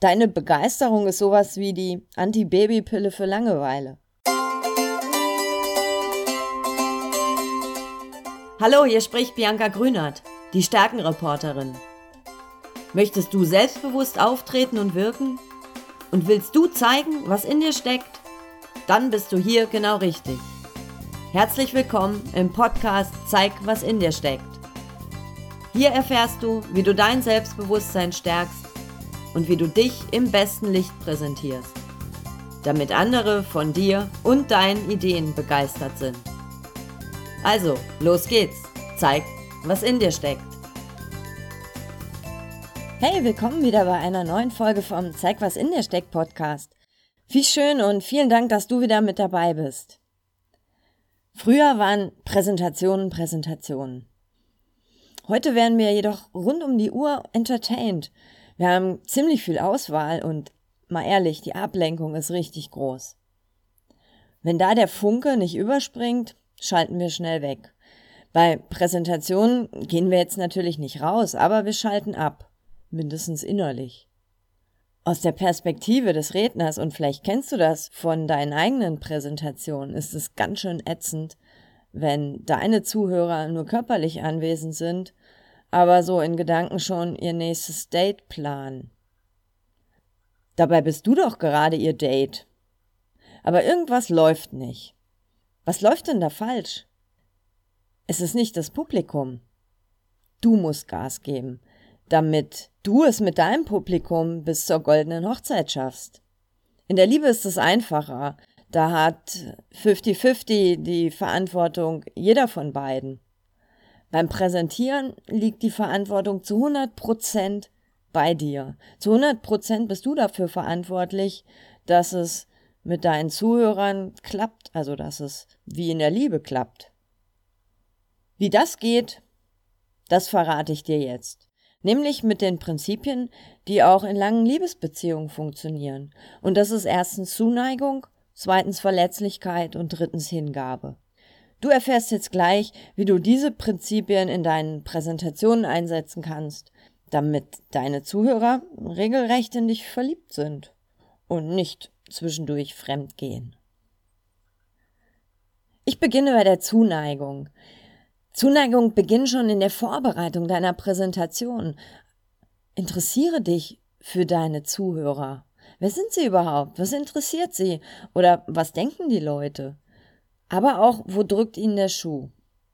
Deine Begeisterung ist sowas wie die Anti-Baby-Pille für Langeweile. Hallo, hier spricht Bianca Grünert, die Stärkenreporterin. Möchtest du selbstbewusst auftreten und wirken? Und willst du zeigen, was in dir steckt? Dann bist du hier genau richtig. Herzlich willkommen im Podcast Zeig, was in dir steckt. Hier erfährst du, wie du dein Selbstbewusstsein stärkst und wie du dich im besten Licht präsentierst, damit andere von dir und deinen Ideen begeistert sind. Also, los geht's. Zeig, was in dir steckt. Hey, willkommen wieder bei einer neuen Folge vom Zeig, was in dir steckt Podcast. Wie schön und vielen Dank, dass du wieder mit dabei bist. Früher waren Präsentationen. Heute werden wir jedoch rund um die Uhr entertained. Wir haben ziemlich viel Auswahl und mal ehrlich, die Ablenkung ist richtig groß. Wenn da der Funke nicht überspringt, schalten wir schnell weg. Bei Präsentationen gehen wir jetzt natürlich nicht raus, aber wir schalten ab, mindestens innerlich. Aus der Perspektive des Redners, und vielleicht kennst du das von deinen eigenen Präsentationen, ist es ganz schön ätzend, wenn deine Zuhörer nur körperlich anwesend sind, aber so in Gedanken schon ihr nächstes Date planen. Dabei bist du doch gerade ihr Date. Aber irgendwas läuft nicht. Was läuft denn da falsch? Es ist nicht das Publikum. Du musst Gas geben, damit du es mit deinem Publikum bis zur goldenen Hochzeit schaffst. In der Liebe ist es einfacher. Da hat 50-50 die Verantwortung jeder von beiden. Beim Präsentieren liegt die Verantwortung zu 100% bei dir. Zu 100% bist du dafür verantwortlich, dass es mit deinen Zuhörern klappt, also dass es wie in der Liebe klappt. Wie das geht, das verrate ich dir jetzt. Nämlich mit den Prinzipien, die auch in langen Liebesbeziehungen funktionieren. Und das ist erstens Zuneigung, zweitens Verletzlichkeit und drittens Hingabe. Du erfährst jetzt gleich, wie du diese Prinzipien in deinen Präsentationen einsetzen kannst, damit deine Zuhörer regelrecht in dich verliebt sind und nicht zwischendurch fremd gehen. Ich beginne bei der Zuneigung. Zuneigung beginnt schon in der Vorbereitung deiner Präsentation. Interessiere dich für deine Zuhörer. Wer sind sie überhaupt? Was interessiert sie? Oder was denken die Leute? Aber auch, wo drückt ihnen der Schuh?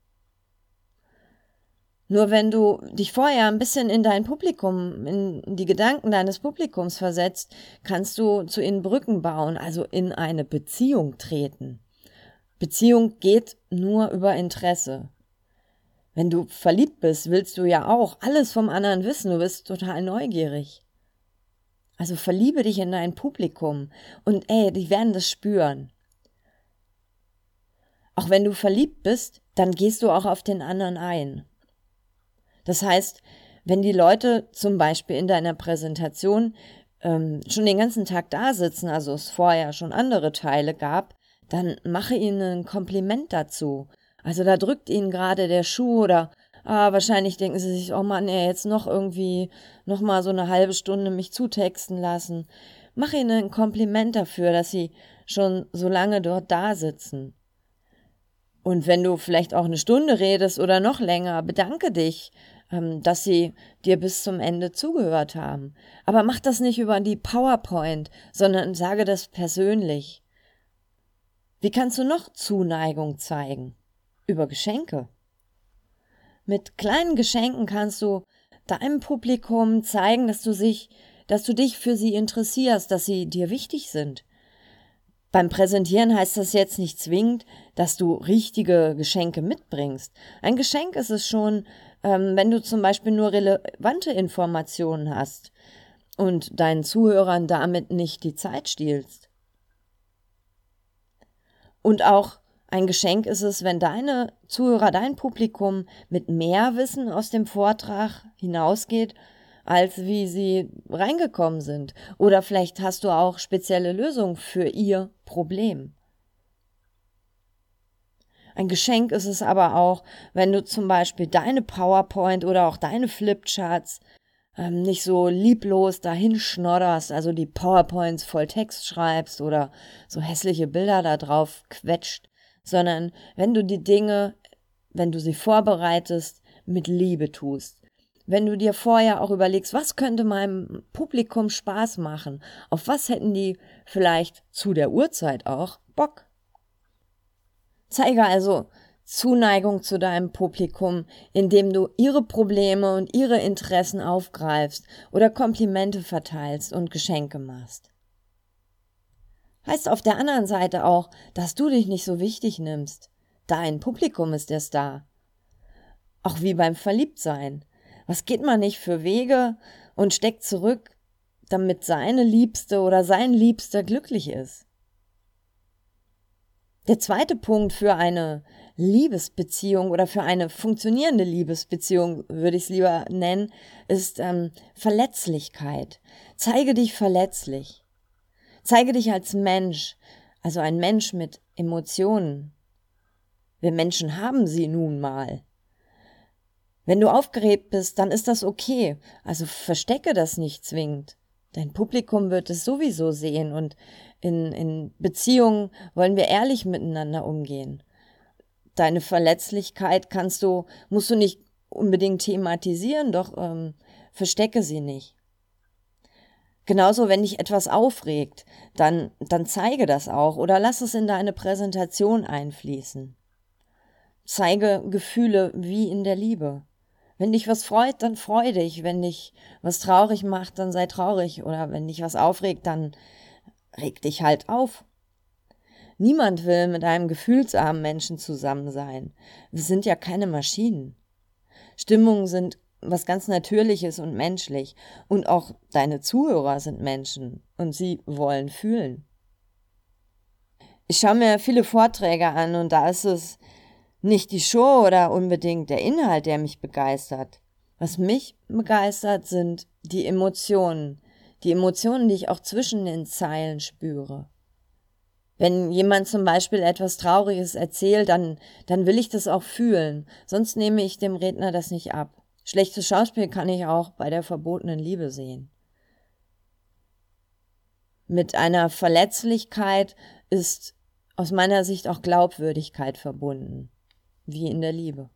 Nur wenn du dich vorher ein bisschen in dein Publikum, in die Gedanken deines Publikums versetzt, kannst du zu ihnen Brücken bauen, also in eine Beziehung treten. Beziehung geht nur über Interesse. Wenn du verliebt bist, willst du ja auch alles vom anderen wissen, du bist total neugierig. Also verliebe dich in dein Publikum und die werden das spüren. Auch wenn du verliebt bist, dann gehst du auch auf den anderen ein. Das heißt, wenn die Leute zum Beispiel in deiner Präsentation schon den ganzen Tag da sitzen, also es vorher schon andere Teile gab, dann mache ihnen ein Kompliment dazu. Also da drückt ihnen gerade der Schuh oder wahrscheinlich denken sie sich, oh Mann, jetzt noch mal so eine halbe Stunde mich zutexten lassen. Mach ihnen ein Kompliment dafür, dass sie schon so lange dort da sitzen. Und wenn du vielleicht auch eine Stunde redest oder noch länger, bedanke dich, dass sie dir bis zum Ende zugehört haben. Aber mach das nicht über die PowerPoint, sondern sage das persönlich. Wie kannst du noch Zuneigung zeigen? Über Geschenke. Mit kleinen Geschenken kannst du deinem Publikum zeigen, dass du dich für sie interessierst, dass sie dir wichtig sind. Beim Präsentieren heißt das jetzt nicht zwingend, dass du richtige Geschenke mitbringst. Ein Geschenk ist es schon, wenn du zum Beispiel nur relevante Informationen hast und deinen Zuhörern damit nicht die Zeit stiehlst. Und auch ein Geschenk ist es, wenn deine Zuhörer, dein Publikum mit mehr Wissen aus dem Vortrag hinausgeht, als wie sie reingekommen sind. Oder vielleicht hast du auch spezielle Lösungen für ihr Problem. Ein Geschenk ist es aber auch, wenn du zum Beispiel deine PowerPoint oder auch deine Flipcharts nicht so lieblos dahin schnodderst, also die PowerPoints voll Text schreibst oder so hässliche Bilder da drauf quetscht, sondern wenn du die Dinge, wenn du sie vorbereitest, mit Liebe tust. Wenn du dir vorher auch überlegst, was könnte meinem Publikum Spaß machen, auf was hätten die vielleicht zu der Uhrzeit auch Bock. Zeige also Zuneigung zu deinem Publikum, indem du ihre Probleme und ihre Interessen aufgreifst oder Komplimente verteilst und Geschenke machst. Heißt auf der anderen Seite auch, dass du dich nicht so wichtig nimmst. Dein Publikum ist der Star. Auch wie beim Verliebtsein. Was geht man nicht für Wege und steckt zurück, damit seine Liebste oder sein Liebster glücklich ist? Der zweite Punkt für eine Liebesbeziehung oder für eine funktionierende Liebesbeziehung, würde ich es lieber nennen, ist Verletzlichkeit. Zeige dich verletzlich. Zeige dich als Mensch, also ein Mensch mit Emotionen. Wir Menschen haben sie nun mal. Wenn du aufgeregt bist, dann ist das okay. Also verstecke das nicht zwingend. Dein Publikum wird es sowieso sehen und in Beziehungen wollen wir ehrlich miteinander umgehen. Deine Verletzlichkeit musst du nicht unbedingt thematisieren, doch verstecke sie nicht. Genauso, wenn dich etwas aufregt, dann zeige das auch oder lass es in deine Präsentation einfließen. Zeige Gefühle wie in der Liebe. Wenn dich was freut, dann freu dich. Wenn dich was traurig macht, dann sei traurig. Oder wenn dich was aufregt, dann reg dich halt auf. Niemand will mit einem gefühlsarmen Menschen zusammen sein. Wir sind ja keine Maschinen. Stimmungen sind was ganz Natürliches und menschlich. Und auch deine Zuhörer sind Menschen und sie wollen fühlen. Ich schaue mir viele Vorträge an und da ist es nicht die Show oder unbedingt der Inhalt, der mich begeistert. Was mich begeistert, sind die Emotionen. Die Emotionen, die ich auch zwischen den Zeilen spüre. Wenn jemand zum Beispiel etwas Trauriges erzählt, dann will ich das auch fühlen. Sonst nehme ich dem Redner das nicht ab. Schlechtes Schauspiel kann ich auch bei der verbotenen Liebe sehen. Mit einer Verletzlichkeit ist aus meiner Sicht auch Glaubwürdigkeit verbunden. Wie in der Liebe.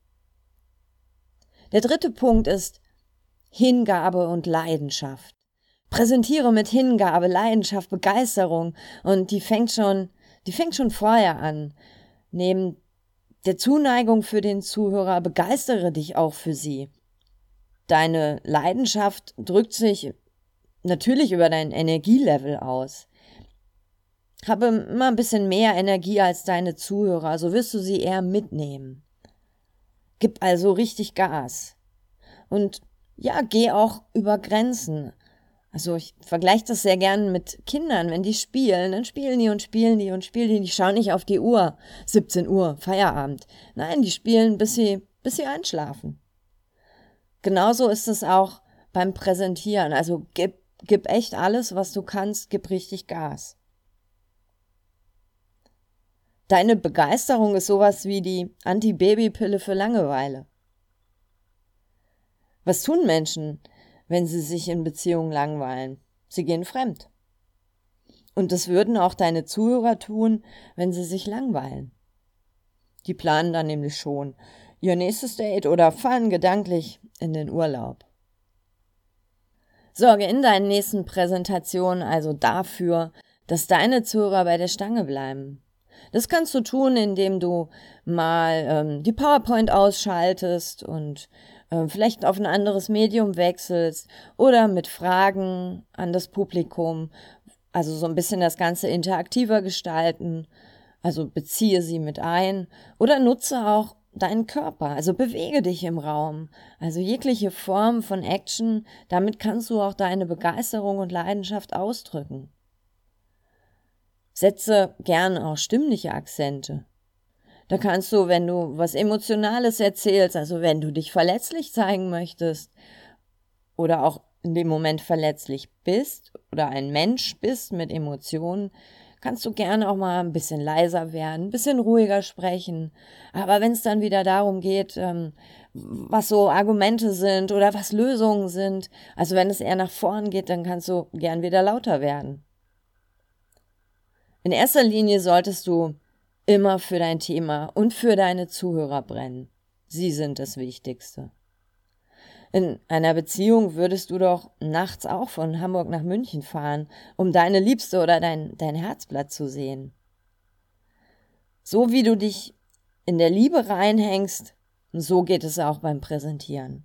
Der dritte Punkt ist Hingabe und Leidenschaft. Präsentiere mit Hingabe, Leidenschaft, Begeisterung und die fängt schon vorher an. Neben der Zuneigung für den Zuhörer begeistere dich auch für sie. Deine Leidenschaft drückt sich natürlich über dein Energielevel aus. Habe immer ein bisschen mehr Energie als deine Zuhörer, so wirst du sie eher mitnehmen. Gib also richtig Gas. Und ja, geh auch über Grenzen. Also ich vergleiche das sehr gern mit Kindern. Wenn die spielen, dann spielen die und spielen die und spielen die. Die schauen nicht auf die Uhr, 17 Uhr, Feierabend. Nein, die spielen, bis sie einschlafen. Genauso ist es auch beim Präsentieren. Also gib echt alles, was du kannst, gib richtig Gas. Deine Begeisterung ist sowas wie die Anti-Baby-Pille für Langeweile. Was tun Menschen, wenn sie sich in Beziehungen langweilen? Sie gehen fremd. Und das würden auch deine Zuhörer tun, wenn sie sich langweilen. Die planen dann nämlich schon ihr nächstes Date oder fahren gedanklich in den Urlaub. Sorge in deinen nächsten Präsentationen also dafür, dass deine Zuhörer bei der Stange bleiben. Das kannst du tun, indem du mal die PowerPoint ausschaltest und vielleicht auf ein anderes Medium wechselst oder mit Fragen an das Publikum, also so ein bisschen das Ganze interaktiver gestalten, also beziehe sie mit ein oder nutze auch deinen Körper, also bewege dich im Raum, also jegliche Form von Action, damit kannst du auch deine Begeisterung und Leidenschaft ausdrücken. Setze gerne auch stimmliche Akzente. Da kannst du, wenn du was Emotionales erzählst, also wenn du dich verletzlich zeigen möchtest oder auch in dem Moment verletzlich bist oder ein Mensch bist mit Emotionen, kannst du gerne auch mal ein bisschen leiser werden, ein bisschen ruhiger sprechen. Aber wenn es dann wieder darum geht, was so Argumente sind oder was Lösungen sind, also wenn es eher nach vorn geht, dann kannst du gern wieder lauter werden. In erster Linie solltest du immer für dein Thema und für deine Zuhörer brennen. Sie sind das Wichtigste. In einer Beziehung würdest du doch nachts auch von Hamburg nach München fahren, um deine Liebste oder dein Herzblatt zu sehen. So wie du dich in der Liebe reinhängst, so geht es auch beim Präsentieren.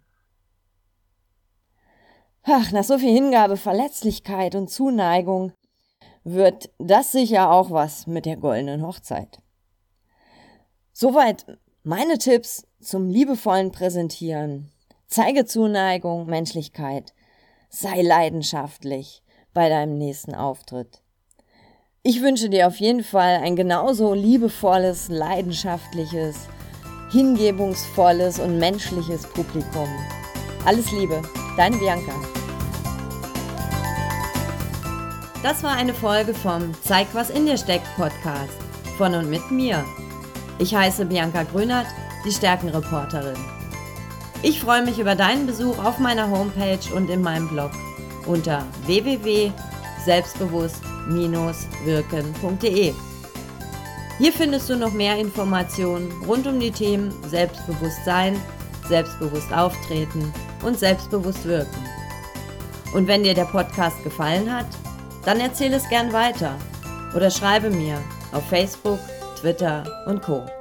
Ach, nach so viel Hingabe, Verletzlichkeit und Zuneigung wird das sicher auch was mit der goldenen Hochzeit. Soweit meine Tipps zum liebevollen Präsentieren. Zeige Zuneigung, Menschlichkeit. Sei leidenschaftlich bei deinem nächsten Auftritt. Ich wünsche dir auf jeden Fall ein genauso liebevolles, leidenschaftliches, hingebungsvolles und menschliches Publikum. Alles Liebe, deine Bianca. Das war eine Folge vom Zeig, was in dir steckt Podcast von und mit mir. Ich heiße Bianca Grünert, die Stärkenreporterin. Ich freue mich über deinen Besuch auf meiner Homepage und in meinem Blog unter www.selbstbewusst-wirken.de. Hier findest du noch mehr Informationen rund um die Themen Selbstbewusstsein, selbstbewusst auftreten und selbstbewusst wirken. Und wenn dir der Podcast gefallen hat, dann erzähle es gern weiter oder schreibe mir auf Facebook, Twitter und Co.